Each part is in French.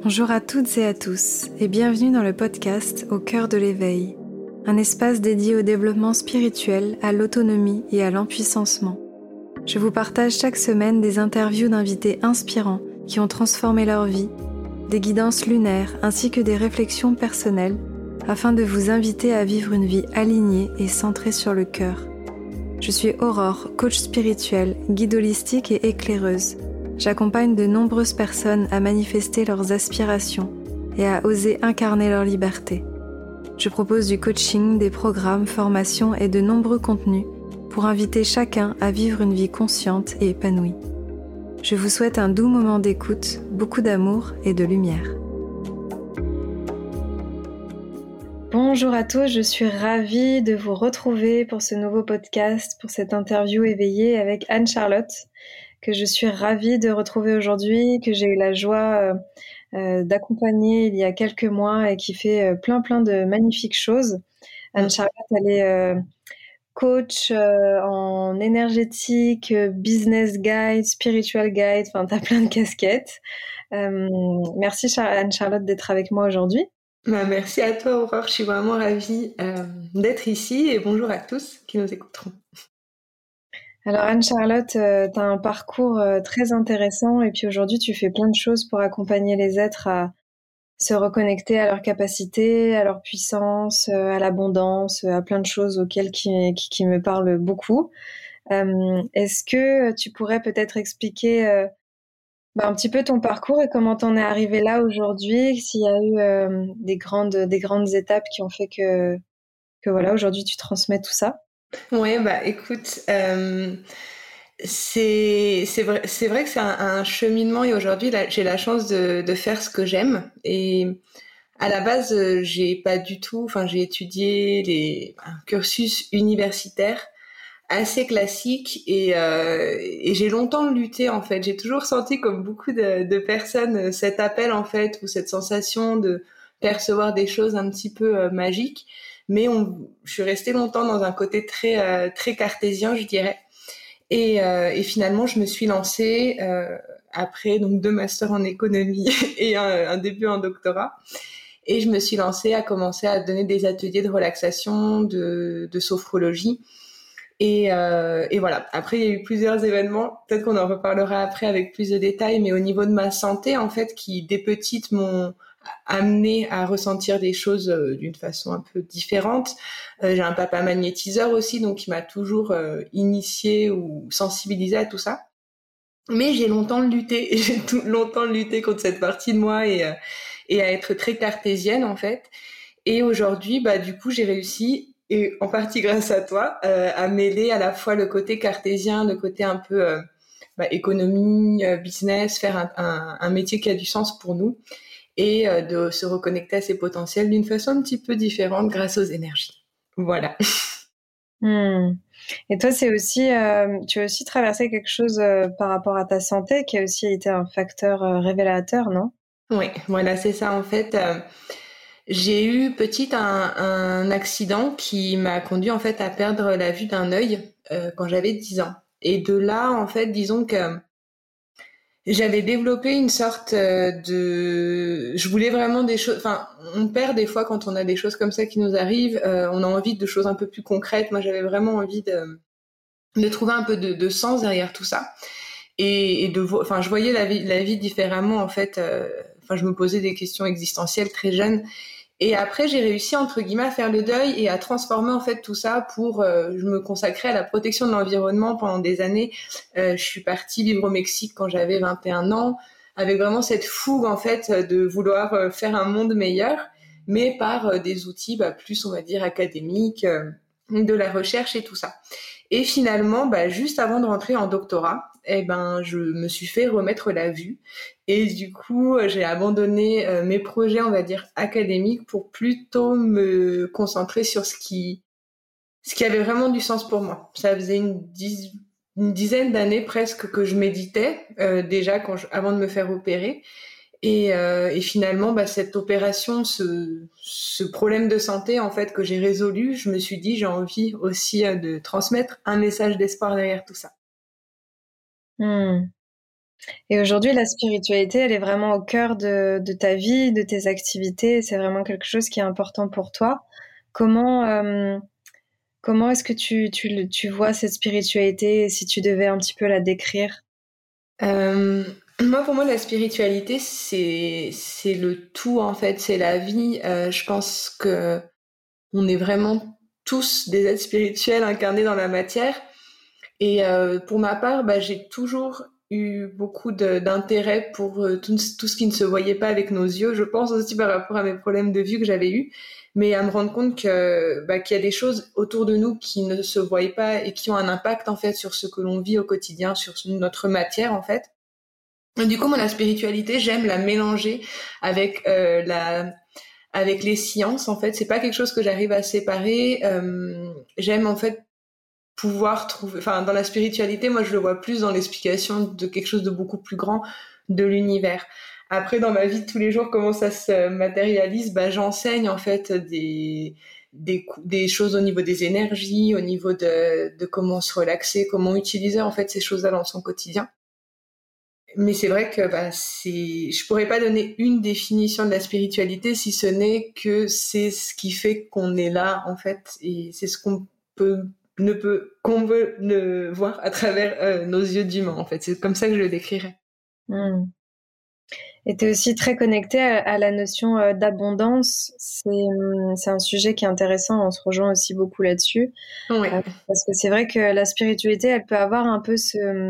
Bonjour à toutes et à tous et bienvenue dans le podcast Au cœur de l'éveil, un espace dédié au développement spirituel, à l'autonomie et à l'empuissancement. Je vous partage chaque semaine des interviews d'invités inspirants qui ont transformé leur vie, des guidances lunaires ainsi que des réflexions personnelles afin de vous inviter à vivre une vie alignée et centrée sur le cœur. Je suis Aurore, coach spirituelle, guide holistique et éclaireuse. J'accompagne de nombreuses personnes à manifester leurs aspirations et à oser incarner leur liberté. Je propose du coaching, des programmes, formations et de nombreux contenus pour inviter chacun à vivre une vie consciente et épanouie. Je vous souhaite un doux moment d'écoute, beaucoup d'amour et de lumière. Bonjour à tous, je suis ravie de vous retrouver pour ce nouveau podcast, pour cette interview éveillée avec Anne-Charlotte, que je suis ravie de retrouver aujourd'hui, que j'ai eu la joie d'accompagner il y a quelques mois et qui fait plein de magnifiques choses. Anne-Charlotte, elle est coach en énergétique, business guide, spiritual guide, enfin t'as plein de casquettes. Merci Anne-Charlotte d'être avec moi aujourd'hui. Merci à toi Aurore, je suis vraiment ravie d'être ici et bonjour à tous qui nous écouteront. Alors Anne-Charlotte, tu as un parcours très intéressant et puis aujourd'hui tu fais plein de choses pour accompagner les êtres à se reconnecter à leurs capacités, à leur puissance, à l'abondance, à plein de choses auxquelles qui me parlent beaucoup. Est-ce que tu pourrais peut-être expliquer un petit peu ton parcours et comment t'en es arrivé là aujourd'hui, s'il y a eu des grandes étapes qui ont fait que voilà, aujourd'hui tu transmets tout ça? Ouais, écoute, c'est vrai que c'est un cheminement et aujourd'hui là, j'ai la chance de faire ce que j'aime et à la base j'ai pas du tout, enfin j'ai étudié un cursus universitaire assez classique et j'ai longtemps lutté en fait. J'ai toujours senti comme beaucoup de personnes cet appel en fait ou cette sensation de percevoir des choses un petit peu magiques. Mais je suis restée longtemps dans un côté très cartésien, je dirais. Et finalement, je me suis lancée après donc 2 masters en économie et un début en doctorat. Et je me suis lancée à commencer à donner des ateliers de relaxation, de sophrologie. Et voilà. Après, il y a eu plusieurs événements. Peut-être qu'on en reparlera après avec plus de détails. Mais au niveau de ma santé, en fait, qui dès petite m'ont amené à ressentir des choses d'une façon un peu différente. J'ai un papa magnétiseur aussi, donc qui m'a toujours initiée ou sensibilisée à tout ça. Mais j'ai longtemps lutté, longtemps lutté contre cette partie de moi et à être très cartésienne en fait. Et aujourd'hui, du coup, j'ai réussi, et en partie grâce à toi, à mêler à la fois le côté cartésien, le côté un peu économie, business, faire un métier qui a du sens pour nous, et de se reconnecter à ses potentiels d'une façon un petit peu différente grâce aux énergies. Voilà. Et toi, c'est aussi, tu as aussi traversé quelque chose par rapport à ta santé qui a aussi été un facteur révélateur, non? Oui, voilà, c'est ça en fait. J'ai eu petite un accident qui m'a conduit en fait à perdre la vue d'un œil quand j'avais 10 ans. Et de là, en fait, disons que j'avais développé une sorte je voulais vraiment des choses. Enfin, on perd des fois quand on a des choses comme ça qui nous arrivent. On a envie de choses un peu plus concrètes. Moi, j'avais vraiment envie de trouver un peu de sens derrière tout ça et enfin, je voyais la vie différemment en fait. Enfin, je me posais des questions existentielles très jeune. Et après, j'ai réussi, entre guillemets, à faire le deuil et à transformer, en fait, tout ça pour, je me consacrais à la protection de l'environnement pendant des années. Je suis partie vivre au Mexique quand j'avais 21 ans, avec vraiment cette fougue, en fait, de vouloir faire un monde meilleur, mais par des outils, plus, on va dire, académiques, de la recherche et tout ça. Et finalement, juste avant de rentrer en doctorat, je me suis fait remettre la vue. Et du coup, j'ai abandonné mes projets, on va dire, académiques pour plutôt me concentrer sur ce qui avait vraiment du sens pour moi. Ça faisait une dizaine d'années presque que je méditais, déjà avant de me faire opérer. Et finalement, cette opération, ce problème de santé en fait que j'ai résolu, je me suis dit j'ai envie aussi de transmettre un message d'espoir derrière tout ça. Et aujourd'hui, la spiritualité, elle est vraiment au cœur de ta vie, de tes activités. C'est vraiment quelque chose qui est important pour toi. Comment, comment est-ce que tu vois cette spiritualité si tu devais un petit peu la décrire? Euh, Moi, pour moi, la spiritualité, c'est le tout, en fait, c'est la vie. Je pense que on est vraiment tous des êtres spirituels incarnés dans la matière. Et pour ma part, bah, j'ai toujours eu beaucoup d'intérêt pour tout ce qui ne se voyait pas avec nos yeux. Je pense aussi par rapport à mes problèmes de vue que j'avais eus, mais à me rendre compte que bah, qu'il y a des choses autour de nous qui ne se voient pas et qui ont un impact en fait sur ce que l'on vit au quotidien, sur notre matière en fait. Et du coup, moi, la spiritualité, j'aime la mélanger avec avec les sciences. En fait, c'est pas quelque chose que j'arrive à séparer. J'aime en fait pouvoir trouver, enfin, dans la spiritualité, moi, je le vois plus dans l'explication de quelque chose de beaucoup plus grand de l'univers. Après, dans ma vie de tous les jours, comment ça se matérialise? Bah, j'enseigne, en fait, des choses au niveau des énergies, au niveau de comment se relaxer, comment utiliser, en fait, ces choses-là dans son quotidien. Mais c'est vrai que, bah, je pourrais pas donner une définition de la spiritualité si ce n'est que c'est ce qui fait qu'on est là, en fait, et c'est ce peut qu'on veut ne voir à travers nos yeux d'humain en fait, c'est comme ça que je le décrirais. Hmm. Et tu es aussi très connecté à la notion d'abondance. C'est un sujet qui est intéressant, on se rejoint aussi beaucoup là-dessus. Ouais. Parce que c'est vrai que la spiritualité, elle peut avoir un peu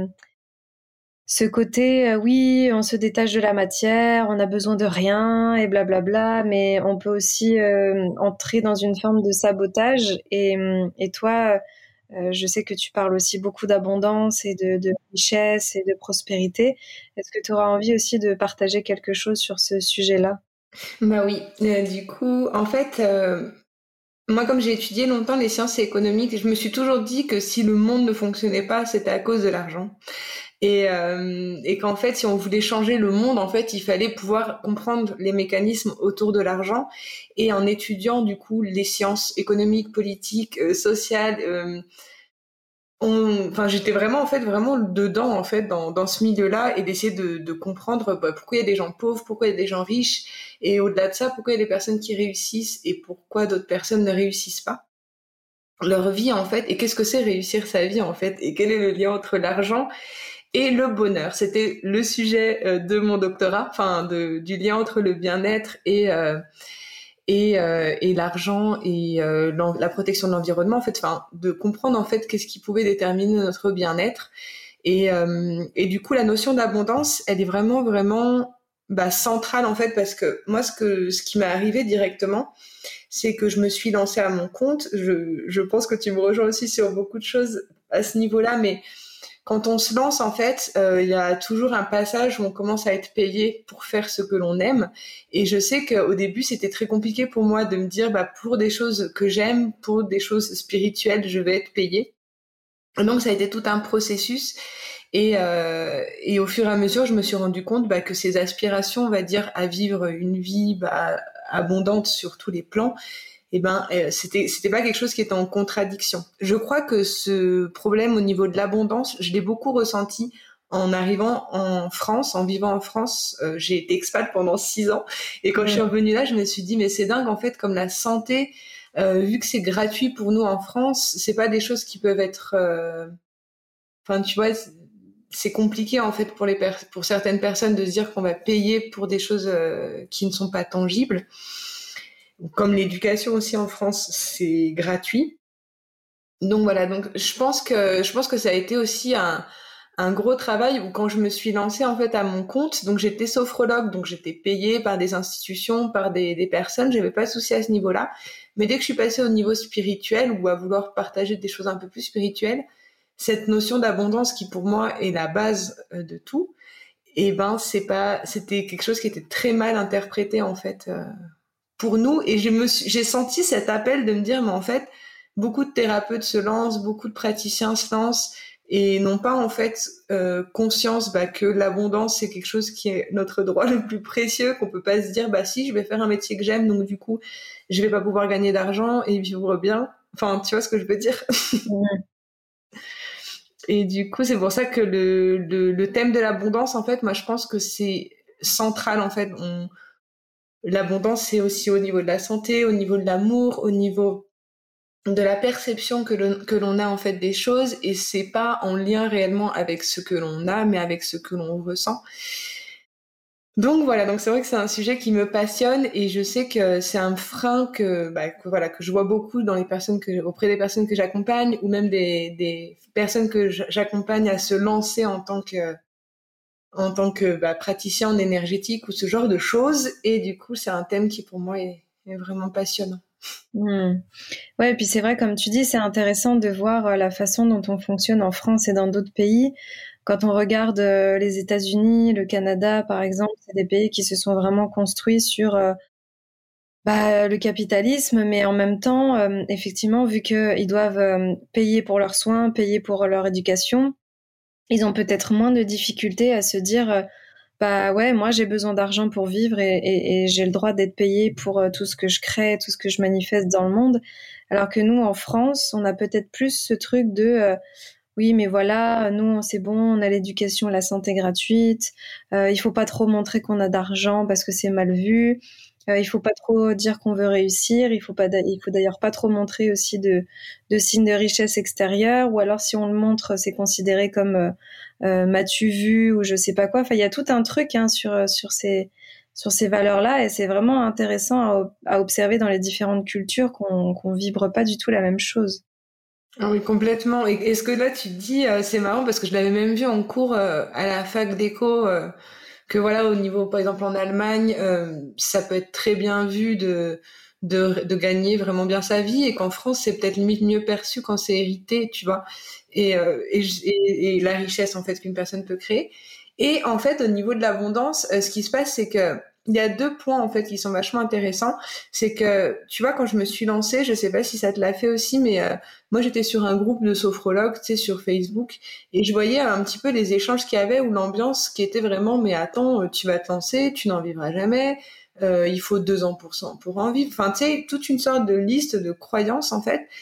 ce côté, oui, on se détache de la matière, on a besoin de rien et blablabla, mais on peut aussi entrer dans une forme de sabotage. Et toi, je sais que tu parles aussi beaucoup d'abondance et de richesse et de prospérité. Est-ce que tu auras envie aussi de partager quelque chose sur ce sujet-là? Bah oui, du coup en fait moi comme j'ai étudié longtemps les sciences économiques, je me suis toujours dit que si le monde ne fonctionnait pas, c'était à cause de l'argent. Et qu'en fait, si on voulait changer le monde, en fait, il fallait pouvoir comprendre les mécanismes autour de l'argent. Et en étudiant, du coup, les sciences économiques, politiques, sociales, enfin, j'étais vraiment, en fait, vraiment dedans, en fait, dans ce milieu-là et d'essayer de comprendre bah, pourquoi il y a des gens pauvres, pourquoi il y a des gens riches et au-delà de ça, pourquoi il y a des personnes qui réussissent et pourquoi d'autres personnes ne réussissent pas leur vie, en fait, et qu'est-ce que c'est réussir sa vie, en fait, et quel est le lien entre l'argent et le bonheur. C'était le sujet de mon doctorat, enfin du lien entre le bien-être et l'argent et la protection de l'environnement. En fait, enfin de comprendre en fait qu'est-ce qui pouvait déterminer notre bien-être. Et du coup, la notion d'abondance, elle est vraiment vraiment bah, centrale en fait parce que moi, ce qui m'est arrivé directement, c'est que je me suis lancée à mon compte. Je pense que tu me rejoins aussi sur beaucoup de choses à ce niveau-là, mais quand on se lance, en fait, il y a toujours un passage où on commence à être payé pour faire ce que l'on aime. Et je sais qu'au début, c'était très compliqué pour moi de me dire, bah, pour des choses que j'aime, pour des choses spirituelles, je vais être payée. Donc, ça a été tout un processus. Et au fur et à mesure, je me suis rendu compte bah, que ces aspirations, on va dire, à vivre une vie bah, abondante sur tous les plans, eh ben c'était pas quelque chose qui était en contradiction. Je crois que ce problème au niveau de l'abondance, je l'ai beaucoup ressenti en arrivant en France, en vivant en France. J'ai été expat pendant 6 ans et quand je suis revenue là, je me suis dit mais c'est dingue en fait comme la santé, vu que c'est gratuit pour nous en France, c'est pas des choses qui peuvent être, enfin tu vois. C'est compliqué en fait pour certaines personnes de se dire qu'on va payer pour des choses qui ne sont pas tangibles. Comme l'éducation aussi en France, c'est gratuit. Donc voilà, donc je pense que ça a été aussi un gros travail où quand je me suis lancée en fait à mon compte, donc j'étais sophrologue, donc j'étais payée par des institutions, par des personnes, j'avais pas de souci à ce niveau-là. Mais dès que je suis passée au niveau spirituel ou à vouloir partager des choses un peu plus spirituelles, cette notion d'abondance qui pour moi est la base de tout, et ben c'était quelque chose qui était très mal interprété en fait pour nous. Et j'ai senti cet appel de me dire, mais en fait, beaucoup de thérapeutes se lancent, beaucoup de praticiens se lancent et n'ont pas en fait conscience bah, que l'abondance c'est quelque chose qui est notre droit le plus précieux, qu'on peut pas se dire bah si je vais faire un métier que j'aime donc du coup je vais pas pouvoir gagner d'argent et vivre bien. Enfin tu vois ce que je veux dire. Et du coup, c'est pour ça que le thème de l'abondance, en fait, moi, je pense que c'est central, en fait. L'abondance, c'est aussi au niveau de la santé, au niveau de l'amour, au niveau de la perception que l'on a, en fait, des choses. Et c'est pas en lien réellement avec ce que l'on a, mais avec ce que l'on ressent. Donc voilà, donc c'est vrai que c'est un sujet qui me passionne et je sais que c'est un frein que je vois beaucoup dans auprès des personnes que j'accompagne ou même des personnes que j'accompagne à se lancer en tant que praticien en énergétique ou ce genre de choses. Et du coup, c'est un thème qui pour moi est vraiment passionnant. Ouais, et puis c'est vrai, comme tu dis, c'est intéressant de voir la façon dont on fonctionne en France et dans d'autres pays. Quand on regarde les États-Unis, le Canada, par exemple, c'est des pays qui se sont vraiment construits sur le capitalisme, mais en même temps, effectivement, vu qu'ils doivent payer pour leurs soins, payer pour leur éducation, ils ont peut-être moins de difficultés à se dire bah ouais, moi j'ai besoin d'argent pour vivre et j'ai le droit d'être payé pour tout ce que je crée, tout ce que je manifeste dans le monde. Alors que nous, en France, on a peut-être plus ce truc de oui, mais voilà, nous c'est bon, on a l'éducation, la santé gratuite. Il faut pas trop montrer qu'on a d'argent parce que c'est mal vu. Il faut pas trop dire qu'on veut réussir. Il faut d'ailleurs pas trop montrer aussi de signes de richesse extérieure. Ou alors si on le montre, c'est considéré comme m'as-tu vu ou je sais pas quoi. Enfin, il y a tout un truc sur ces valeurs-là et c'est vraiment intéressant à observer dans les différentes cultures qu'on vibre pas du tout la même chose. Ah oui, complètement. Et ce que là tu dis, c'est marrant parce que je l'avais même vu en cours à la fac d'éco, que voilà, au niveau, par exemple en Allemagne, ça peut être très bien vu de gagner vraiment bien sa vie et qu'en France, c'est peut-être limite mieux perçu quand c'est hérité, tu vois, et la richesse en fait qu'une personne peut créer. Et en fait, au niveau de l'abondance, ce qui se passe, c'est que il y a deux points en fait qui sont vachement intéressants. C'est que, tu vois, quand je me suis lancée, je sais pas si ça te l'a fait aussi, mais moi j'étais sur un groupe de sophrologues, tu sais, sur Facebook, et je voyais un petit peu les échanges qu'il y avait ou l'ambiance qui était vraiment, mais attends, tu vas te lancer, tu n'en vivras jamais, il faut 2 ans pour en vivre. Enfin, tu sais, toute une sorte de liste de croyances en fait.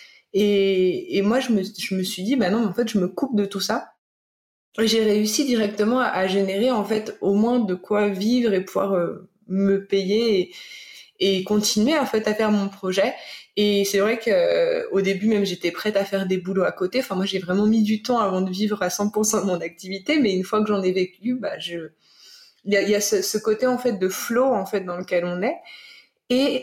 Et moi je me suis dit, bah non, en fait, je me coupe de tout ça. J'ai réussi directement à générer en fait au moins de quoi vivre et pouvoir me payer et continuer en fait à faire mon projet. Et c'est vrai que au début même j'étais prête à faire des boulots à côté. Enfin moi j'ai vraiment mis du temps avant de vivre à 100% de mon activité, mais une fois que j'en ai vécu, il y a ce côté en fait de flow en fait dans lequel on est. Et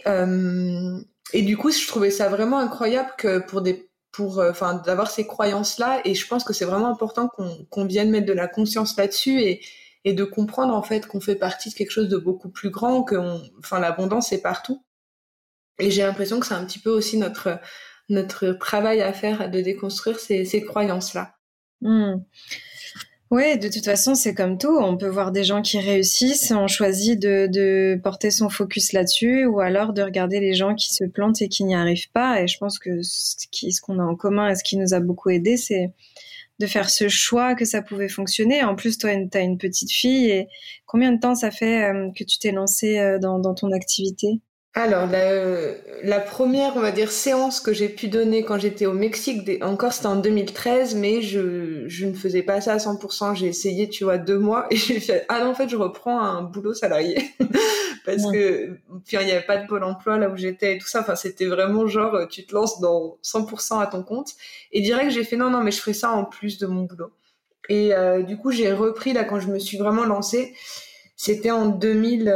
et du coup je trouvais ça vraiment incroyable que enfin d'avoir ces croyances là. Et je pense que c'est vraiment important qu'on vienne mettre de la conscience là-dessus et de comprendre en fait qu'on fait partie de quelque chose de beaucoup plus grand, enfin l'abondance est partout. Et j'ai l'impression que c'est un petit peu aussi notre travail à faire de déconstruire ces croyances-là. Hmm. Ouais, de toute façon, c'est comme tout. On peut voir des gens qui réussissent, on choisit de porter son focus là-dessus, ou alors de regarder les gens qui se plantent et qui n'y arrivent pas. Et je pense que ce qu'on a en commun et ce qui nous a beaucoup aidé, c'est de faire ce choix que ça pouvait fonctionner. En plus, toi, t'as une petite fille. Et combien de temps ça fait que tu t'es lancée dans ton activité? Alors, la première, on va dire, séance que j'ai pu donner quand j'étais au Mexique, encore c'était en 2013, mais je ne faisais pas ça à 100%. J'ai essayé, tu vois, 2 mois et j'ai fait, ah non, en fait, je reprends un boulot salarié. Parce que, puis il n'y avait pas de pôle emploi là où j'étais et tout ça. Enfin, c'était vraiment genre, tu te lances dans 100% à ton compte. Et direct, j'ai fait, non, non, mais je ferai ça en plus de mon boulot. Et du coup, j'ai repris là quand je me suis vraiment lancée. C'était en 2000,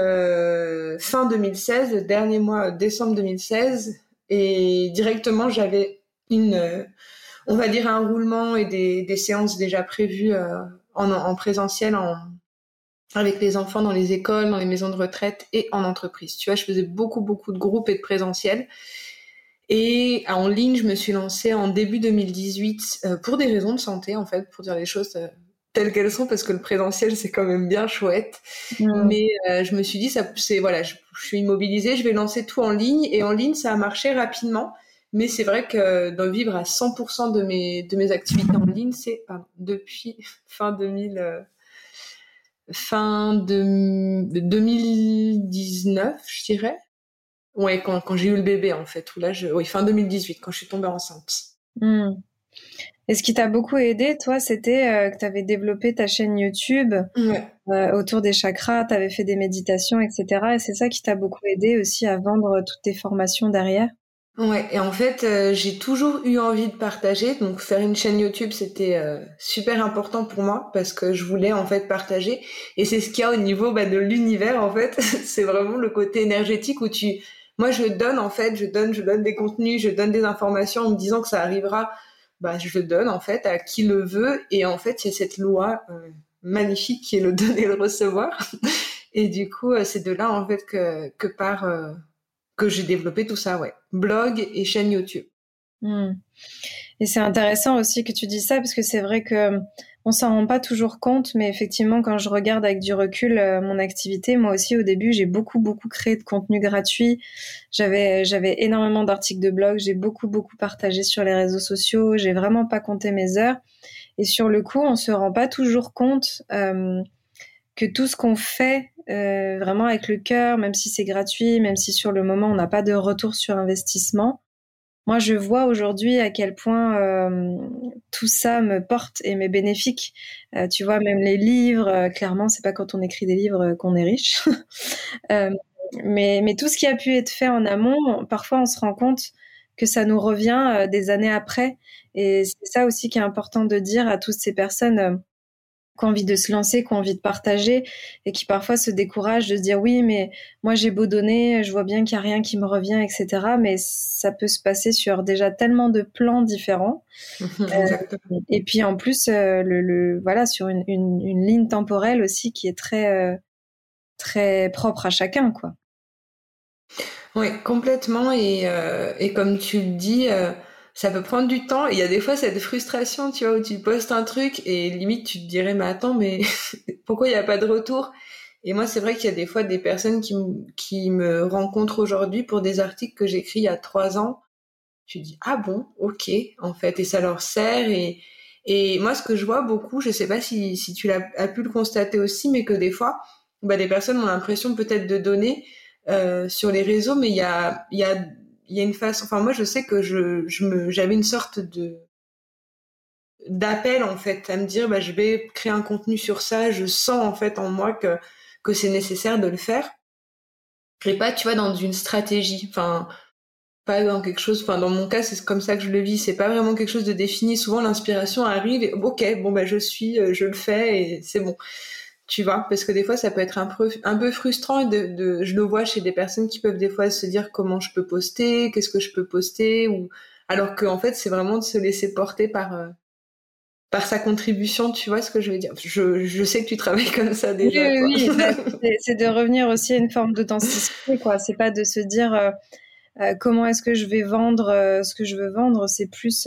fin 2016, le dernier mois, décembre 2016. Et directement, j'avais on va dire un roulement et des séances déjà prévues en présentiel avec les enfants dans les écoles, dans les maisons de retraite et en entreprise. Tu vois, je faisais beaucoup, beaucoup de groupes et de présentiel. Et en ligne, je me suis lancée en début 2018 pour des raisons de santé, en fait, pour dire les choses telles qu'elles sont, parce que le présentiel, c'est quand même bien chouette. Mm. Mais je me suis dit, voilà, je suis immobilisée, je vais lancer tout en ligne. Et en ligne, ça a marché rapidement. Mais c'est vrai que de vivre à 100% de mes activités en ligne, c'est depuis fin 2000, fin de 2019, je dirais. Ouais, quand j'ai eu le bébé, en fait, oui, fin 2018, quand je suis tombée enceinte. Mm. Et ce qui t'a beaucoup aidé, toi, c'était que tu avais développé ta chaîne YouTube Ouais. autour des chakras, tu avais fait des méditations, etc. Et c'est ça qui t'a beaucoup aidé aussi à vendre toutes tes formations derrière. Ouais, et en fait, j'ai toujours eu envie de partager, donc faire une chaîne YouTube, c'était super important pour moi parce que je voulais en fait partager. Et c'est ce qu'il y a au niveau de l'univers en fait, c'est vraiment le côté énergétique où moi je donne en fait, je donne des contenus, je donne des informations en me disant que ça arrivera. Je le donne en fait à qui le veut, et en fait il y a cette loi magnifique qui est le donner et le recevoir. Et du coup, c'est de là en fait que part que j'ai développé tout ça, ouais. Blog et chaîne YouTube. Hmm. Et c'est intéressant aussi que tu dis ça parce que c'est vrai que on s'en rend pas toujours compte, mais effectivement, quand je regarde avec du recul mon activité, moi aussi au début, j'ai beaucoup créé de contenu gratuit. J'avais énormément d'articles de blog, j'ai beaucoup partagé sur les réseaux sociaux. J'ai vraiment pas compté mes heures. Et sur le coup, on se rend pas toujours compte que tout ce qu'on fait vraiment avec le cœur, même si c'est gratuit, même si sur le moment on n'a pas de retour sur investissement. Moi, je vois aujourd'hui à quel point tout ça me porte et m'est bénéfique. Tu vois, même les livres, clairement, c'est pas quand on écrit des livres qu'on est riche. Euh, mais tout ce qui a pu être fait en amont, parfois on se rend compte que ça nous revient des années après. Et c'est ça aussi qui est important de dire à toutes ces personnes qui ont envie de se lancer, qui ont envie de partager et qui parfois se découragent de se dire oui, mais moi j'ai beau donner, je vois bien qu'il n'y a rien qui me revient, etc. Mais ça peut se passer sur déjà tellement de plans différents. Exactement. Et puis en plus, voilà, sur une ligne temporelle aussi qui est très propre à chacun, quoi. Oui, complètement. Et comme tu le dis, ça peut prendre du temps. Et il y a des fois cette frustration, tu vois, où tu postes un truc et limite tu te dirais, mais attends, mais pourquoi il n'y a pas de retour? Et moi, c'est vrai qu'il y a des fois des personnes qui me rencontrent aujourd'hui pour des articles que j'écris il y a 3 ans. Tu dis, ah bon, ok, en fait, et ça leur sert. Et moi, ce que je vois beaucoup, je sais pas si tu as pu le constater aussi, mais que des fois, des personnes ont l'impression peut-être de donner sur les réseaux, mais il y a une façon. Enfin, moi, je sais que j'avais une sorte d'appel en fait à me dire, je vais créer un contenu sur ça. Je sens en fait en moi que c'est nécessaire de le faire. Et pas, tu vois, dans une stratégie. Enfin, pas dans quelque chose, enfin dans mon cas c'est comme ça que je le vis, c'est pas vraiment quelque chose de défini. Souvent l'inspiration arrive et ok, bon je le fais et c'est bon, tu vois, parce que des fois ça peut être un peu frustrant, et je le vois chez des personnes qui peuvent des fois se dire comment je peux poster, qu'est-ce que je peux poster, ou alors que en fait c'est vraiment de se laisser porter par sa contribution, tu vois ce que je veux dire. Je sais que tu travailles comme ça Oui, déjà, oui, toi. oui. C'est de revenir aussi à une forme d'authenticité, quoi. C'est pas de se dire comment est-ce que je vais vendre ce que je veux vendre, c'est plus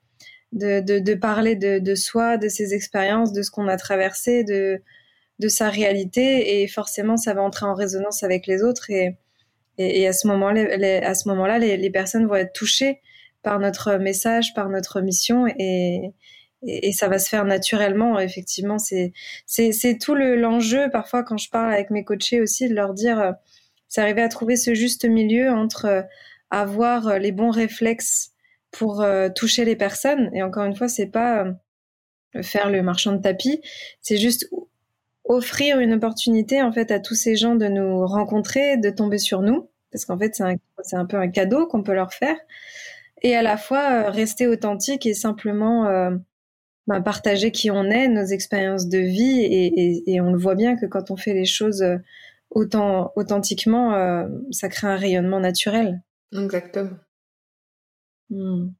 de parler de soi, de ses expériences, de ce qu'on a traversé, de sa réalité, et forcément ça va entrer en résonance avec les autres, et à ce moment-là, les personnes vont être touchées par notre message, par notre mission, et ça va se faire naturellement. Effectivement, c'est tout l'enjeu parfois quand je parle avec mes coachés aussi, de leur dire c'est arriver à trouver ce juste milieu entre avoir les bons réflexes pour toucher les personnes, et encore une fois c'est pas faire le marchand de tapis, c'est juste offrir une opportunité en fait à tous ces gens de nous rencontrer, de tomber sur nous, parce qu'en fait c'est un peu un cadeau qu'on peut leur faire, et à la fois rester authentique et simplement partager qui on est, nos expériences de vie, et on le voit bien que quand on fait les choses authentiquement, ça crée un rayonnement naturel. Exactement. Hmm.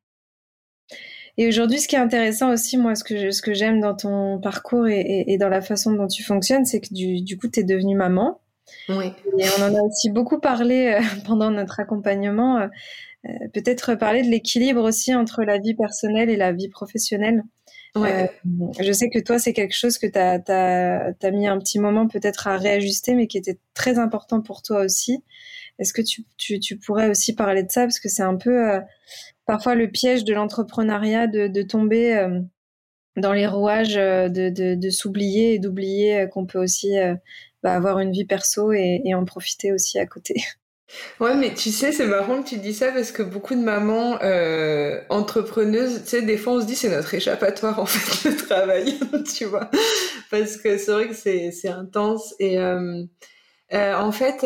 Et aujourd'hui, ce qui est intéressant aussi, moi, ce que j'aime dans ton parcours et dans la façon dont tu fonctionnes, c'est que du coup, tu es devenue maman. Oui. Et on en a aussi beaucoup parlé pendant notre accompagnement. Peut-être parler de l'équilibre aussi entre la vie personnelle et la vie professionnelle. Euh, Ouais. je sais que toi, c'est quelque chose que t'as mis un petit moment peut-être à réajuster, mais qui était très important pour toi aussi. Est-ce que tu pourrais aussi parler de ça? Parce que c'est un peu parfois le piège de l'entrepreneuriat de tomber dans les rouages, de s'oublier et d'oublier qu'on peut aussi avoir une vie perso et en profiter aussi à côté. Ouais, mais tu sais, c'est marrant que tu dis ça parce que beaucoup de mamans entrepreneuses, tu sais, des fois on se dit c'est notre échappatoire en fait le travail, tu vois, parce que c'est vrai que c'est intense et en fait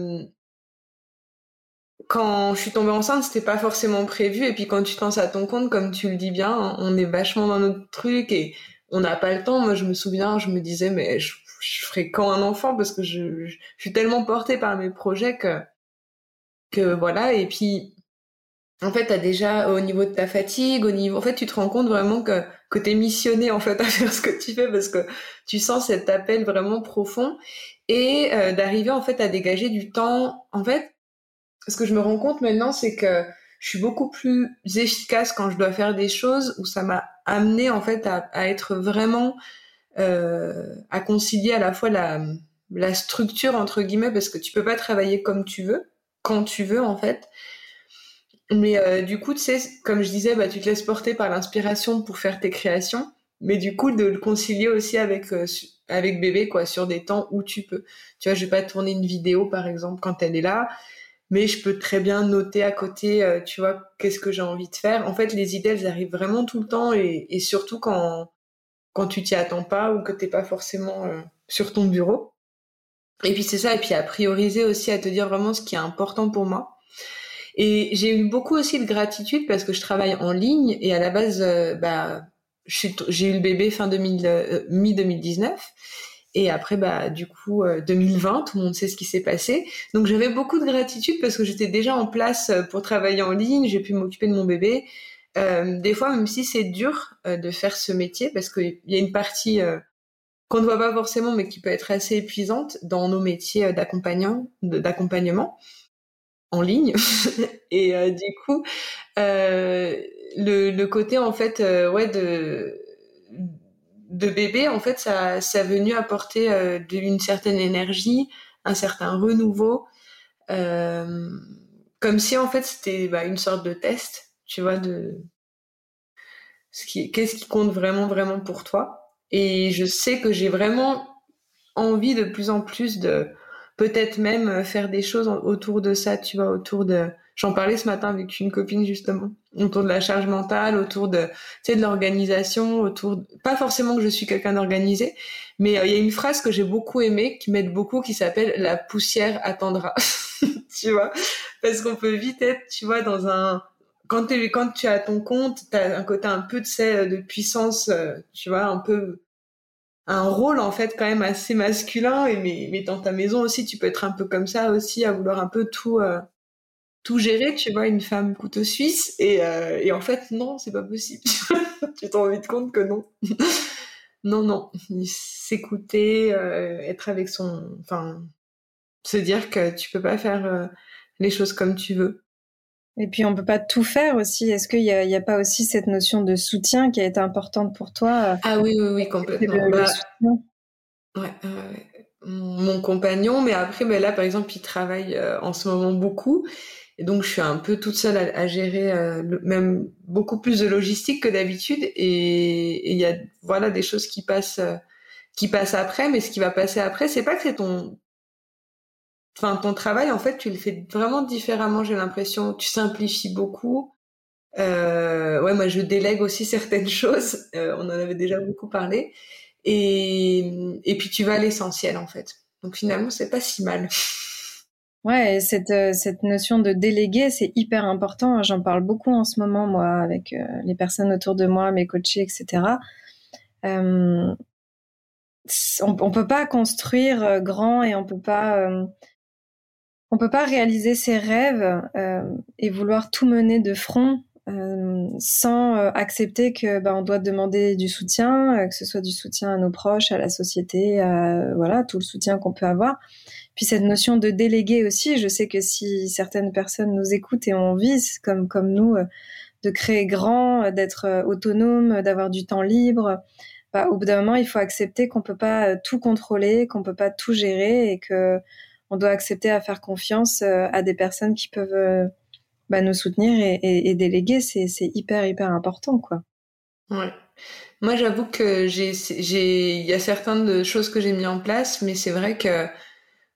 quand je suis tombée enceinte, c'était pas forcément prévu et puis quand tu te lances à ton compte, comme tu le dis bien, on est vachement dans notre truc et on n'a pas le temps. Moi, je me souviens, je me disais mais je ferai quand un enfant parce que je suis tellement portée par mes projets que voilà et puis en fait, t'as déjà au niveau de ta fatigue, au niveau, en fait, tu te rends compte vraiment que t'es missionné en fait à faire ce que tu fais parce que tu sens cet appel vraiment profond et d'arriver en fait à dégager du temps. En fait, ce que je me rends compte maintenant, c'est que je suis beaucoup plus efficace quand je dois faire des choses où ça m'a amené en fait à être vraiment à concilier à la fois la structure entre guillemets parce que tu peux pas travailler comme tu veux, quand tu veux en fait mais du coup, tu sais, comme je disais, bah, tu te laisses porter par l'inspiration pour faire tes créations, mais du coup, de le concilier aussi avec avec bébé, quoi, sur des temps où tu peux. Tu vois, je vais pas tourner une vidéo, par exemple, quand elle est là, mais je peux très bien noter à côté, tu vois, qu'est-ce que j'ai envie de faire. En fait, les idées, elles arrivent vraiment tout le temps, et surtout quand tu t'y attends pas ou que t'es pas forcément sur ton bureau. Et puis c'est ça, et puis à prioriser aussi, à te dire vraiment ce qui est important pour moi. Et j'ai eu beaucoup aussi de gratitude parce que je travaille en ligne et à la base, bah, j'ai eu le bébé fin 2000, mi-2019 et après, bah, du coup, 2020, tout le monde sait ce qui s'est passé. Donc j'avais beaucoup de gratitude parce que j'étais déjà en place pour travailler en ligne, j'ai pu m'occuper de mon bébé. Des fois, même si c'est dur de faire ce métier parce qu'il y a une partie qu'on ne voit pas forcément mais qui peut être assez épuisante dans nos métiers d'accompagnement en ligne. Et du coup, euh, le côté en fait, ouais, de bébé, en fait, ça a venu apporter une certaine énergie, un certain renouveau, euh, comme si en fait c'était bah, une sorte de test, tu vois, de qu'est-ce qui compte vraiment vraiment pour toi. Et je sais que j'ai vraiment envie de plus en plus de peut-être même faire des choses autour de ça, tu vois, autour de... J'en parlais ce matin avec une copine justement, autour de la charge mentale, autour de, tu sais, de l'organisation, pas forcément que je suis quelqu'un d'organisé, mais il y a une phrase que j'ai beaucoup aimée, qui m'aide beaucoup, qui s'appelle «La poussière attendra», tu vois, parce qu'on peut vite être, tu vois, dans un... Quand tu es à ton compte, t'as un côté un peu, tu sais, de puissance, tu vois, un peu un rôle en fait quand même assez masculin mais dans ta maison aussi tu peux être un peu comme ça aussi à vouloir un peu tout gérer, tu vois, une femme couteau suisse et en fait non, c'est pas possible. Tu t'en rends vite compte que non. Non non, s'écouter, être avec son enfin se dire que tu peux pas faire les choses comme tu veux. Et puis on peut pas tout faire aussi. Est-ce qu'il y a pas aussi cette notion de soutien qui a été importante pour toi? Ah oui oui oui C'est complètement. le Bah soutien. ouais, mon compagnon, mais après, ben là, par exemple, il travaille en ce moment beaucoup, et donc je suis un peu toute seule à gérer même beaucoup plus de logistique que d'habitude, et il y a voilà des choses qui passent après, mais ce qui va passer après, c'est pas que c'est enfin ton travail en fait, tu le fais vraiment différemment, j'ai l'impression, tu simplifies beaucoup. Ouais, moi je délègue aussi certaines choses, on en avait déjà beaucoup parlé. Et puis tu vas à l'essentiel en fait. Donc finalement, c'est pas si mal. Ouais, et cette notion de déléguer, c'est hyper important. J'en parle beaucoup en ce moment, moi, avec les personnes autour de moi, mes coachés, etc. Euh, on peut pas construire grand et on peut pas réaliser ses rêves et vouloir tout mener de front sans accepter que on doit demander du soutien, que ce soit du soutien à nos proches, à la société, voilà, tout le soutien qu'on peut avoir. Puis cette notion de déléguer aussi, je sais que si certaines personnes nous écoutent et ont envie, comme nous, de créer grand, d'être autonome, d'avoir du temps libre, au bout d'un moment, il faut accepter qu'on peut pas tout contrôler, qu'on peut pas tout gérer et que on doit accepter à faire confiance à des personnes qui peuvent nous soutenir et déléguer. C'est hyper important, quoi. Ouais. Moi, j'avoue que il y a certaines de choses que j'ai mis en place, mais c'est vrai que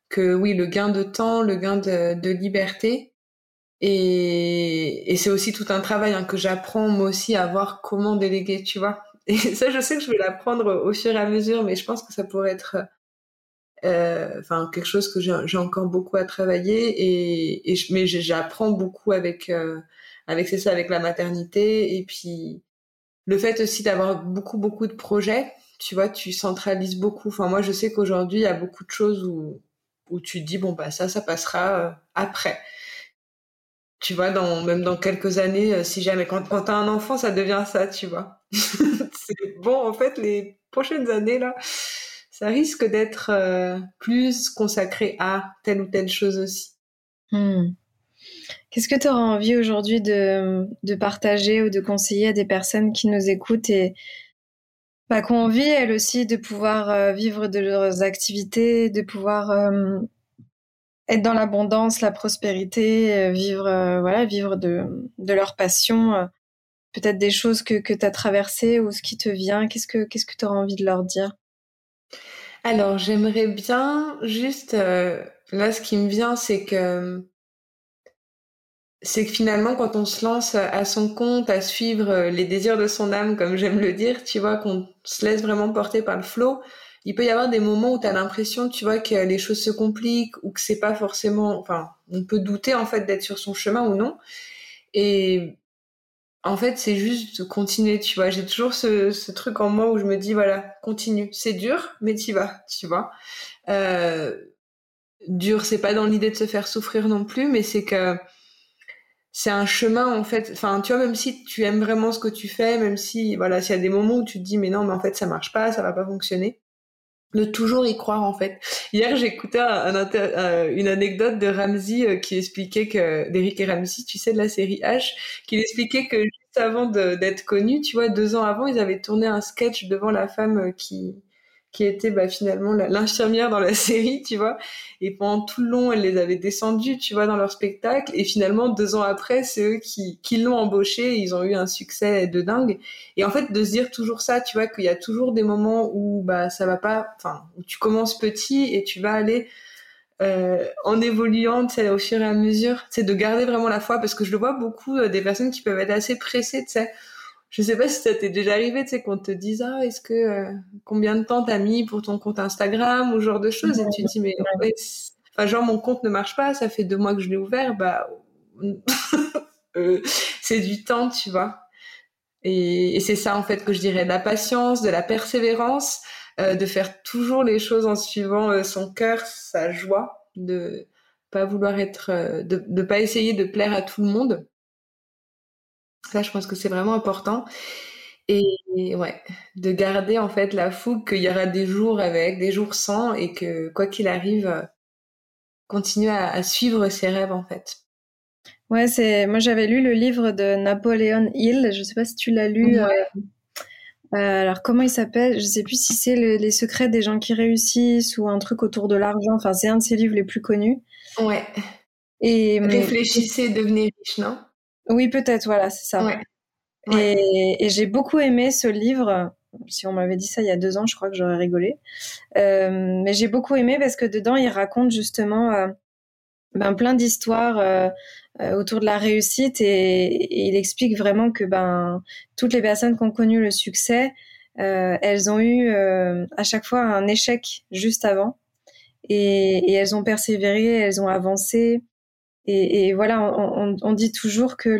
que oui, le gain de temps, le gain de liberté. Et c'est aussi tout un travail hein, que j'apprends moi aussi à voir comment déléguer, tu vois. Et ça, je sais que je vais l'apprendre au fur et à mesure, mais je pense que ça pourrait être enfin quelque chose que j'ai encore beaucoup à travailler mais j'apprends beaucoup avec c'est ça, avec la maternité et puis le fait aussi d'avoir beaucoup de projets, tu vois, tu centralises beaucoup. Enfin moi je sais qu'aujourd'hui il y a beaucoup de choses où tu te dis bon bah ça passera après. Tu vois, même dans quelques années, si jamais, quand t'as un enfant, ça devient ça, tu vois. C'est bon, en fait, les prochaines années, là, ça risque d'être plus consacré à telle ou telle chose aussi. Qu'est-ce que tu auras envie aujourd'hui de partager ou de conseiller à des personnes qui nous écoutent et qui ont envie, elles aussi, de pouvoir vivre de leurs activités, de pouvoir être dans l'abondance, la prospérité, vivre de leur passion, peut-être des choses que tu as traversées ou ce qui te vient, qu'est-ce que tu auras envie de leur dire? Alors, j'aimerais bien juste, là, ce qui me vient, c'est que finalement, quand on se lance à son compte, à suivre les désirs de son âme, comme j'aime le dire, tu vois, qu'on se laisse vraiment porter par le flow, il peut y avoir des moments où tu as l'impression, tu vois, que les choses se compliquent ou que c'est pas forcément, enfin, on peut douter en fait d'être sur son chemin ou non. Et en fait, c'est juste de continuer, tu vois. J'ai toujours ce truc en moi où je me dis, voilà, continue. C'est dur, mais t'y vas, tu vois. Euh, Dur, c'est pas dans l'idée de se faire souffrir non plus, mais c'est que c'est un chemin en fait. Enfin, tu vois, même si tu aimes vraiment ce que tu fais, même si voilà, s'il y a des moments où tu te dis mais non, mais en fait ça marche pas, ça va pas fonctionner, de toujours y croire en fait. Hier, j'écoutais une anecdote de Ramsey qui expliquait que d'Eric et Ramsey, tu sais, de la série H, qui expliquait que juste avant d'être connu, tu vois, 2 ans avant, ils avaient tourné un sketch devant la femme qui était bah, finalement l'infirmière dans la série, tu vois. Et pendant tout le long, elle les avait descendus, tu vois, dans leur spectacle. Et finalement, 2 ans après, c'est eux qui l'ont embauché. Ils ont eu un succès de dingue. Et en fait, de se dire toujours ça, tu vois, qu'il y a toujours des moments où bah ça va pas, enfin, où tu commences petit et tu vas aller en évoluant, tu sais, au fur et à mesure, c'est de garder vraiment la foi, parce que je le vois beaucoup des personnes qui peuvent être assez pressées, tu sais. Je sais pas si ça t'est déjà arrivé, tu sais, qu'on te dise ah est-ce que combien de temps t'as mis pour ton compte Instagram ou ce genre de choses, et tu te dis mais ouais, enfin genre mon compte ne marche pas, ça fait 2 mois que je l'ai ouvert, bah euh, c'est du temps, tu vois. Et c'est ça en fait que je dirais, de la patience, de la persévérance, de faire toujours les choses en suivant son cœur, sa joie, de pas vouloir être, de pas essayer de plaire à tout le monde. Ça, je pense que c'est vraiment important. Et ouais, de garder en fait la fougue qu'il y aura des jours avec, des jours sans, et que quoi qu'il arrive, continuer à suivre ses rêves en fait. Ouais, moi j'avais lu le livre de Napoléon Hill, je sais pas si tu l'as lu. Ouais, Alors comment il s'appelle? Je sais plus si c'est Les secrets des gens qui réussissent ou un truc autour de l'argent. Enfin, c'est un de ses livres les plus connus. ouais. Et Réfléchissez, devenez riche, non? oui, peut-être, voilà, c'est ça. Ouais, ouais. Et j'ai beaucoup aimé ce livre. Si on m'avait dit ça il y a 2 ans, je crois que j'aurais rigolé. Mais j'ai beaucoup aimé parce que dedans, il raconte justement plein d'histoires autour de la réussite et il explique vraiment que toutes les personnes qui ont connu le succès, elles ont eu à chaque fois un échec juste avant et elles ont persévéré, elles ont avancé et voilà, on dit toujours que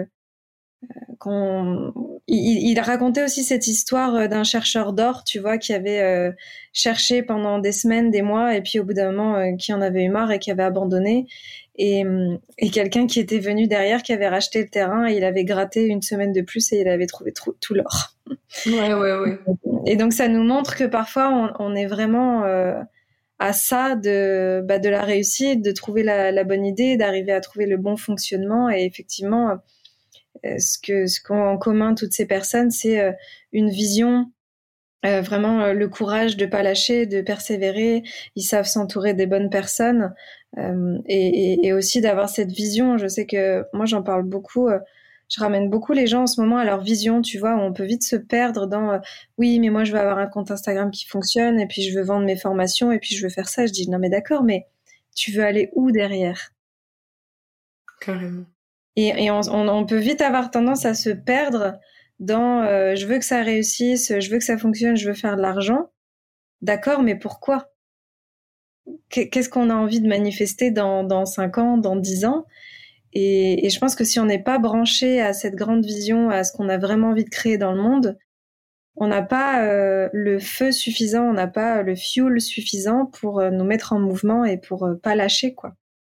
il racontait aussi cette histoire d'un chercheur d'or, tu vois, qui avait cherché pendant des semaines, des mois, et puis au bout d'un moment, qui en avait eu marre et qui avait abandonné. Et quelqu'un qui était venu derrière, qui avait racheté le terrain, et il avait gratté une semaine de plus et il avait trouvé tout l'or. Ouais, ouais, ouais. Et donc ça nous montre que parfois on est vraiment à ça de la réussite, de trouver la bonne idée, d'arriver à trouver le bon fonctionnement. Et effectivement, ce qu'ont en commun toutes ces personnes, c'est une vision, vraiment le courage de pas lâcher, de persévérer. Ils savent s'entourer des bonnes personnes et aussi d'avoir cette vision. Je sais que moi j'en parle beaucoup. je ramène beaucoup les gens en ce moment à leur vision, tu vois, où on peut vite se perdre dans oui, mais moi je veux avoir un compte Instagram qui fonctionne et puis je veux vendre mes formations et puis je veux faire ça. Je dis non mais d'accord, mais tu veux aller où derrière? Carrément. Et on peut vite avoir tendance à se perdre dans je veux que ça réussisse, je veux que ça fonctionne, je veux faire de l'argent. D'accord, mais pourquoi? Qu'est-ce qu'on a envie de manifester dans 5 ans, dans 10 ans? Et je pense que si on n'est pas branché à cette grande vision, à ce qu'on a vraiment envie de créer dans le monde, on n'a pas le feu suffisant, on n'a pas le fuel suffisant pour nous mettre en mouvement et pour pas lâcher, quoi.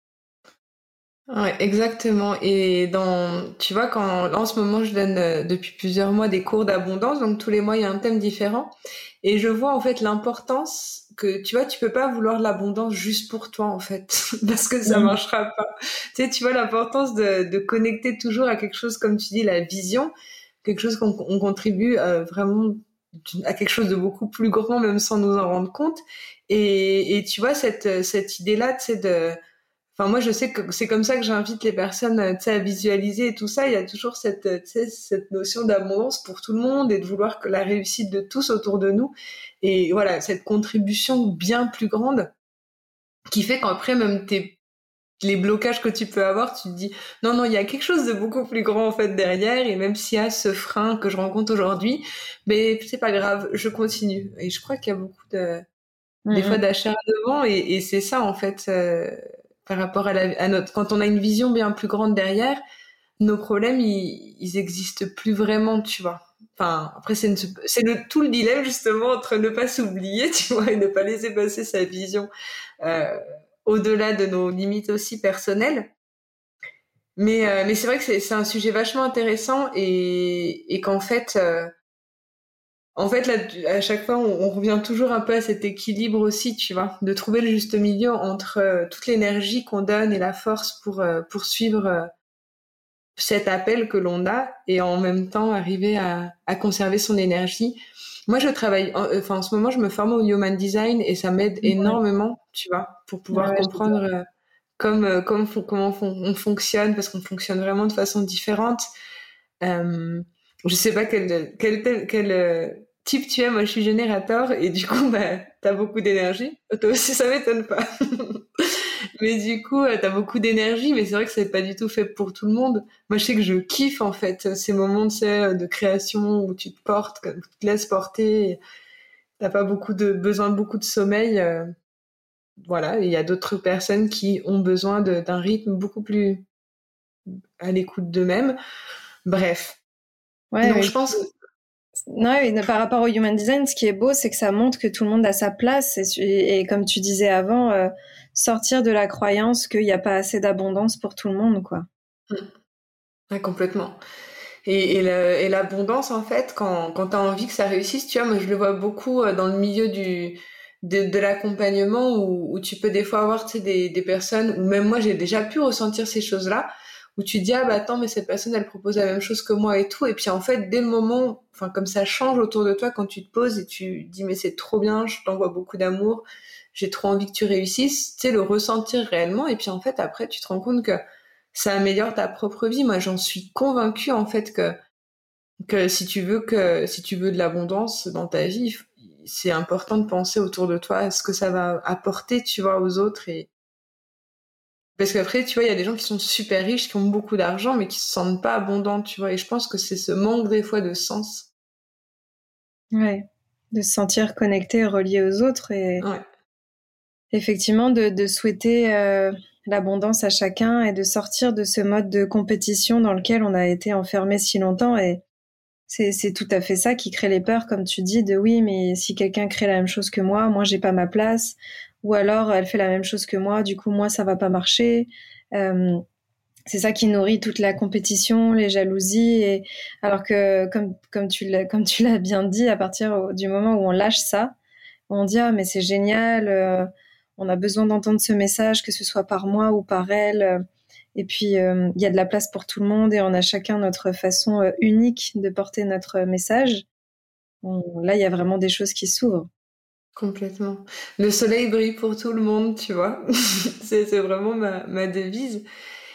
Ouais, exactement. Et tu vois, en ce moment, je donne depuis plusieurs mois des cours d'abondance, donc tous les mois, il y a un thème différent. Et je vois en fait l'importance que, tu vois, tu peux pas vouloir de l'abondance juste pour toi, en fait, parce que ça Mm. marchera pas. Tu vois l'importance de connecter toujours à quelque chose, comme tu dis, la vision, quelque chose qu'on contribue vraiment à quelque chose de beaucoup plus grand, même sans nous en rendre compte. Et tu vois, cette idée-là, tu sais, enfin, moi, je sais que c'est comme ça que j'invite les personnes, tu sais, à visualiser et tout ça. Il y a toujours tu sais, cette notion d'abondance pour tout le monde et de vouloir que la réussite de tous autour de nous. Et voilà, cette contribution bien plus grande qui fait qu'après, même les blocages que tu peux avoir, tu te dis, non, non, il y a quelque chose de beaucoup plus grand, en fait, derrière. Et même s'il y a ce frein que je rencontre aujourd'hui, mais c'est pas grave, je continue. Et je crois qu'il y a beaucoup des fois Mm, d'acharnement et c'est ça en fait par rapport à notre quand on a une vision bien plus grande derrière nos problèmes ils existent plus vraiment tu vois enfin après tout le dilemme justement entre ne pas s'oublier tu vois et ne pas laisser passer sa vision euh, au-delà de nos limites aussi personnelles mais c'est vrai que c'est un sujet vachement intéressant et qu'en fait en fait, là, à chaque fois, on revient toujours un peu à cet équilibre aussi, tu vois, de trouver le juste milieu entre toute l'énergie qu'on donne et la force pour poursuivre cet appel que l'on a et en même temps arriver à conserver son énergie. Moi, je travaille, enfin, en ce moment, je me forme au Human Design et ça m'aide mm. Ouais, énormément, tu vois, pour ouais, pouvoir ouais, comprendre on fonctionne, parce qu'on fonctionne vraiment de façon différente. Euh, je sais pas quel type tu es. Moi, je suis générateur et du coup, bah, t'as beaucoup d'énergie. Toi aussi, ça m'étonne pas. Mais du coup, t'as beaucoup d'énergie, mais c'est vrai que c'est pas du tout fait pour tout le monde. Moi, je sais que je kiffe en fait ces moments, tu sais, de création où tu te portes, tu te laisses porter. T'as pas besoin de beaucoup de sommeil. Voilà, il y a d'autres personnes qui ont besoin d'un rythme beaucoup plus à l'écoute d'eux-mêmes. Bref. ouais, Donc, mais je pense que non, et par rapport au human design, ce qui est beau, c'est que ça montre que tout le monde a sa place. Et comme tu disais avant, sortir de la croyance qu'il n'y a pas assez d'abondance pour tout le monde, quoi. ouais, complètement. Et l'abondance, en fait, quand tu as envie que ça réussisse, tu vois, moi je le vois beaucoup dans le milieu de l'accompagnement où tu peux des fois avoir, tu sais, des personnes, ou même moi j'ai déjà pu ressentir ces choses-là, où tu te dis, ah bah attends, mais cette personne elle propose la même chose que moi et tout, et puis en fait, dès le moment, enfin comme ça change autour de toi quand tu te poses et tu dis, mais c'est trop bien, je t'envoie beaucoup d'amour, j'ai trop envie que tu réussisses, tu sais, le ressentir réellement, et puis en fait, après, tu te rends compte que ça améliore ta propre vie. Moi, j'en suis convaincue en fait que si tu veux de l'abondance dans ta vie, c'est important de penser autour de toi à ce que ça va apporter, tu vois, aux autres et parce qu'après, tu vois, il y a des gens qui sont super riches, qui ont beaucoup d'argent, mais qui se sentent pas abondants, tu vois. Et je pense que c'est ce manque des fois de sens. Ouais. De se sentir connecté, relié aux autres et Ouais. effectivement de souhaiter l'abondance à chacun et de sortir de ce mode de compétition dans lequel on a été enfermé si longtemps. Et c'est tout à fait ça qui crée les peurs, comme tu dis, de oui, mais si quelqu'un crée la même chose que moi j'ai pas ma place, ou alors elle fait la même chose que moi, du coup moi ça va pas marcher. Euh, c'est ça qui nourrit toute la compétition, les jalousies, et alors que comme tu l'as bien dit, à partir du moment où on lâche ça, on dit ah mais c'est génial, on a besoin d'entendre ce message, que ce soit par moi ou par elle. Et puis il y a de la place pour tout le monde et on a chacun notre façon unique de porter notre message. Là il y a vraiment des choses qui s'ouvrent. Complètement. Le soleil brille pour tout le monde, tu vois. C'est vraiment ma devise.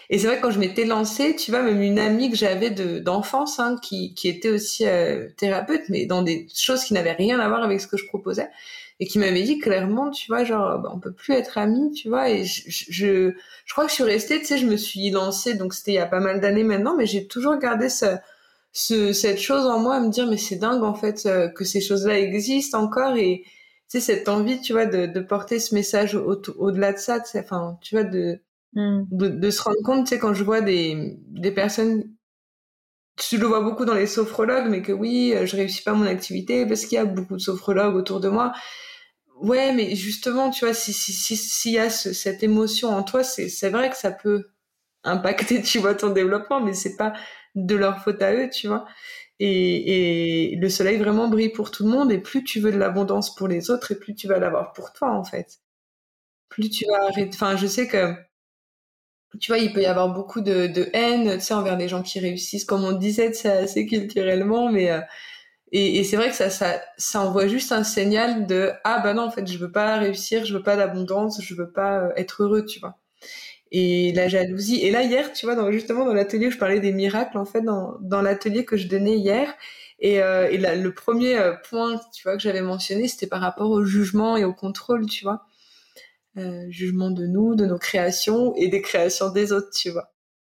Et c'est vrai que quand je m'étais lancée, tu vois, même une amie que j'avais d'enfance, hein, qui était aussi thérapeute, mais dans des choses qui n'avaient rien à voir avec ce que je proposais, et qui m'avait dit clairement, tu vois, genre, bah, on peut plus être amis, tu vois. Et je crois que je suis restée, tu sais, je me suis lancée, donc c'était il y a pas mal d'années maintenant, mais j'ai toujours gardé cette chose en moi à me dire, mais c'est dingue en fait que ces choses-là existent encore, et tu sais, cette envie, tu vois, de porter ce message au-delà de ça, tu sais, enfin, tu vois, de se rendre compte, tu sais, quand je vois des personnes, je le vois beaucoup dans les sophrologues, mais que oui, je réussis pas mon activité parce qu'il y a beaucoup de sophrologues autour de moi. Ouais, mais justement, tu vois, s'il y a cette émotion en toi, c'est vrai que ça peut impacter, tu vois, ton développement, mais c'est pas de leur faute à eux, tu vois. Et le soleil vraiment brille pour tout le monde, et plus tu veux de l'abondance pour les autres, et plus tu vas l'avoir pour toi, en fait. Plus tu vas arrêter. Enfin, je sais que, tu vois, il peut y avoir beaucoup de haine, tu sais, envers les gens qui réussissent, comme on disait, c'est assez culturellement, mais et c'est vrai que ça envoie juste un signal de ah bah non, en fait, je veux pas réussir, je veux pas d'abondance, je veux pas être heureux, tu vois. Et la jalousie. Et là, hier, tu vois, justement, dans l'atelier où je parlais des miracles, en fait, dans l'atelier que je donnais hier, et là, le premier point, tu vois, que j'avais mentionné, c'était par rapport au jugement et au contrôle, tu vois. Jugement de nous, de nos créations et des créations des autres, tu vois.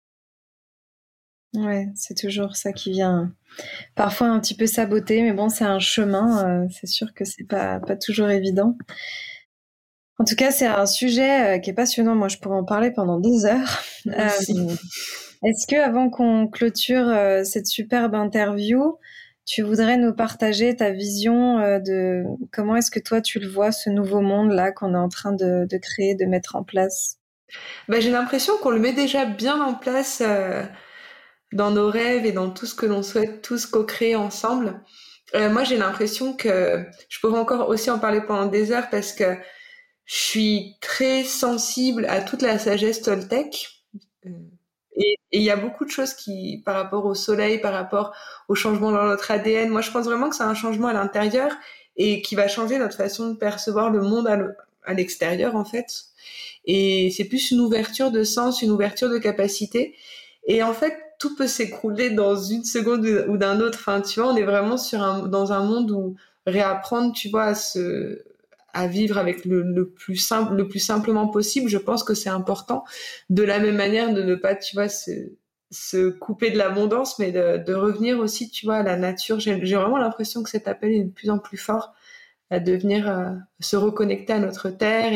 Ouais, c'est toujours ça qui vient parfois un petit peu saboter, mais bon, c'est un chemin. C'est sûr que c'est pas toujours évident. En tout cas, c'est un sujet qui est passionnant. Moi, je pourrais en parler pendant des heures. Moi aussi. Est-ce que, avant qu'on clôture cette superbe interview, tu voudrais nous partager ta vision de comment est-ce que toi tu le vois, ce nouveau monde là qu'on est en train de créer, de mettre en place? Bah, j'ai l'impression qu'on le met déjà bien en place dans nos rêves et dans tout ce que l'on souhaite tous co-créer ensemble. Moi, j'ai l'impression que je pourrais encore aussi en parler pendant des heures parce que je suis très sensible à toute la sagesse Toltec. Euh, et il y a beaucoup de choses qui, par rapport au soleil, par rapport au changement dans notre ADN, moi je pense vraiment que c'est un changement à l'intérieur et qui va changer notre façon de percevoir le monde à l'extérieur en fait. Et c'est plus une ouverture de sens, une ouverture de capacité. Et en fait, tout peut s'écrouler dans une seconde ou d'un autre. Enfin, tu vois, on est vraiment dans un monde où réapprendre, tu vois, à vivre avec le plus simple, le plus simplement possible. Je pense que c'est important. De la même manière, de ne pas, tu vois, se couper de l'abondance, mais de revenir aussi, tu vois, à la nature. J'ai vraiment l'impression que cet appel est de plus en plus fort à devenir, se reconnecter à notre terre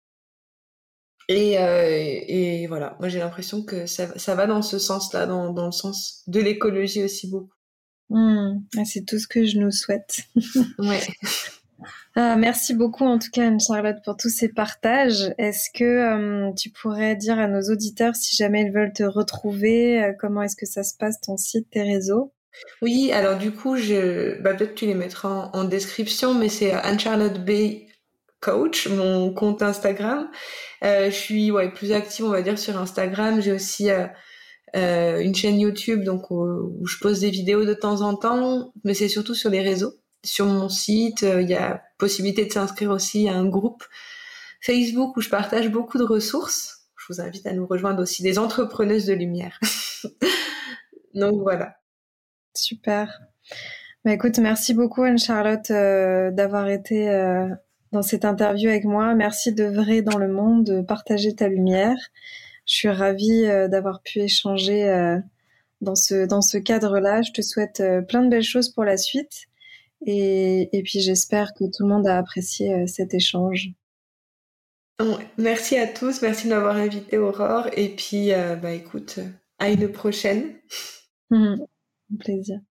et voilà, moi j'ai l'impression que ça va dans ce sens-là, dans le sens de l'écologie aussi beaucoup. C'est tout ce que je nous souhaite. Ouais. Merci beaucoup en tout cas Anne-Charlotte pour tous ces partages. Est-ce que tu pourrais dire à nos auditeurs si jamais ils veulent te retrouver, comment est-ce que ça se passe ton site, tes réseaux? Oui, alors du coup, bah, peut-être tu les mettras en description, mais c'est Anne-Charlotte B. Coach, mon compte Instagram. Je suis plus active, on va dire, sur Instagram. J'ai aussi une chaîne YouTube donc où je pose des vidéos de temps en temps, mais c'est surtout sur les réseaux. Sur mon site, il y a possibilité de s'inscrire aussi à un groupe Facebook où je partage beaucoup de ressources. Je vous invite à nous rejoindre aussi, des entrepreneuses de lumière. Donc voilà. Super. Bah, écoute, merci beaucoup Anne-Charlotte d'avoir été dans cette interview avec moi. Merci d'œuvrer dans le monde, de partager ta lumière. Je suis ravie d'avoir pu échanger dans ce cadre-là. Je te souhaite plein de belles choses pour la suite. Et puis j'espère que tout le monde a apprécié cet échange. Ouais. Merci à tous, merci de m'avoir invité Aurore et puis bah écoute, à une prochaine. Un plaisir.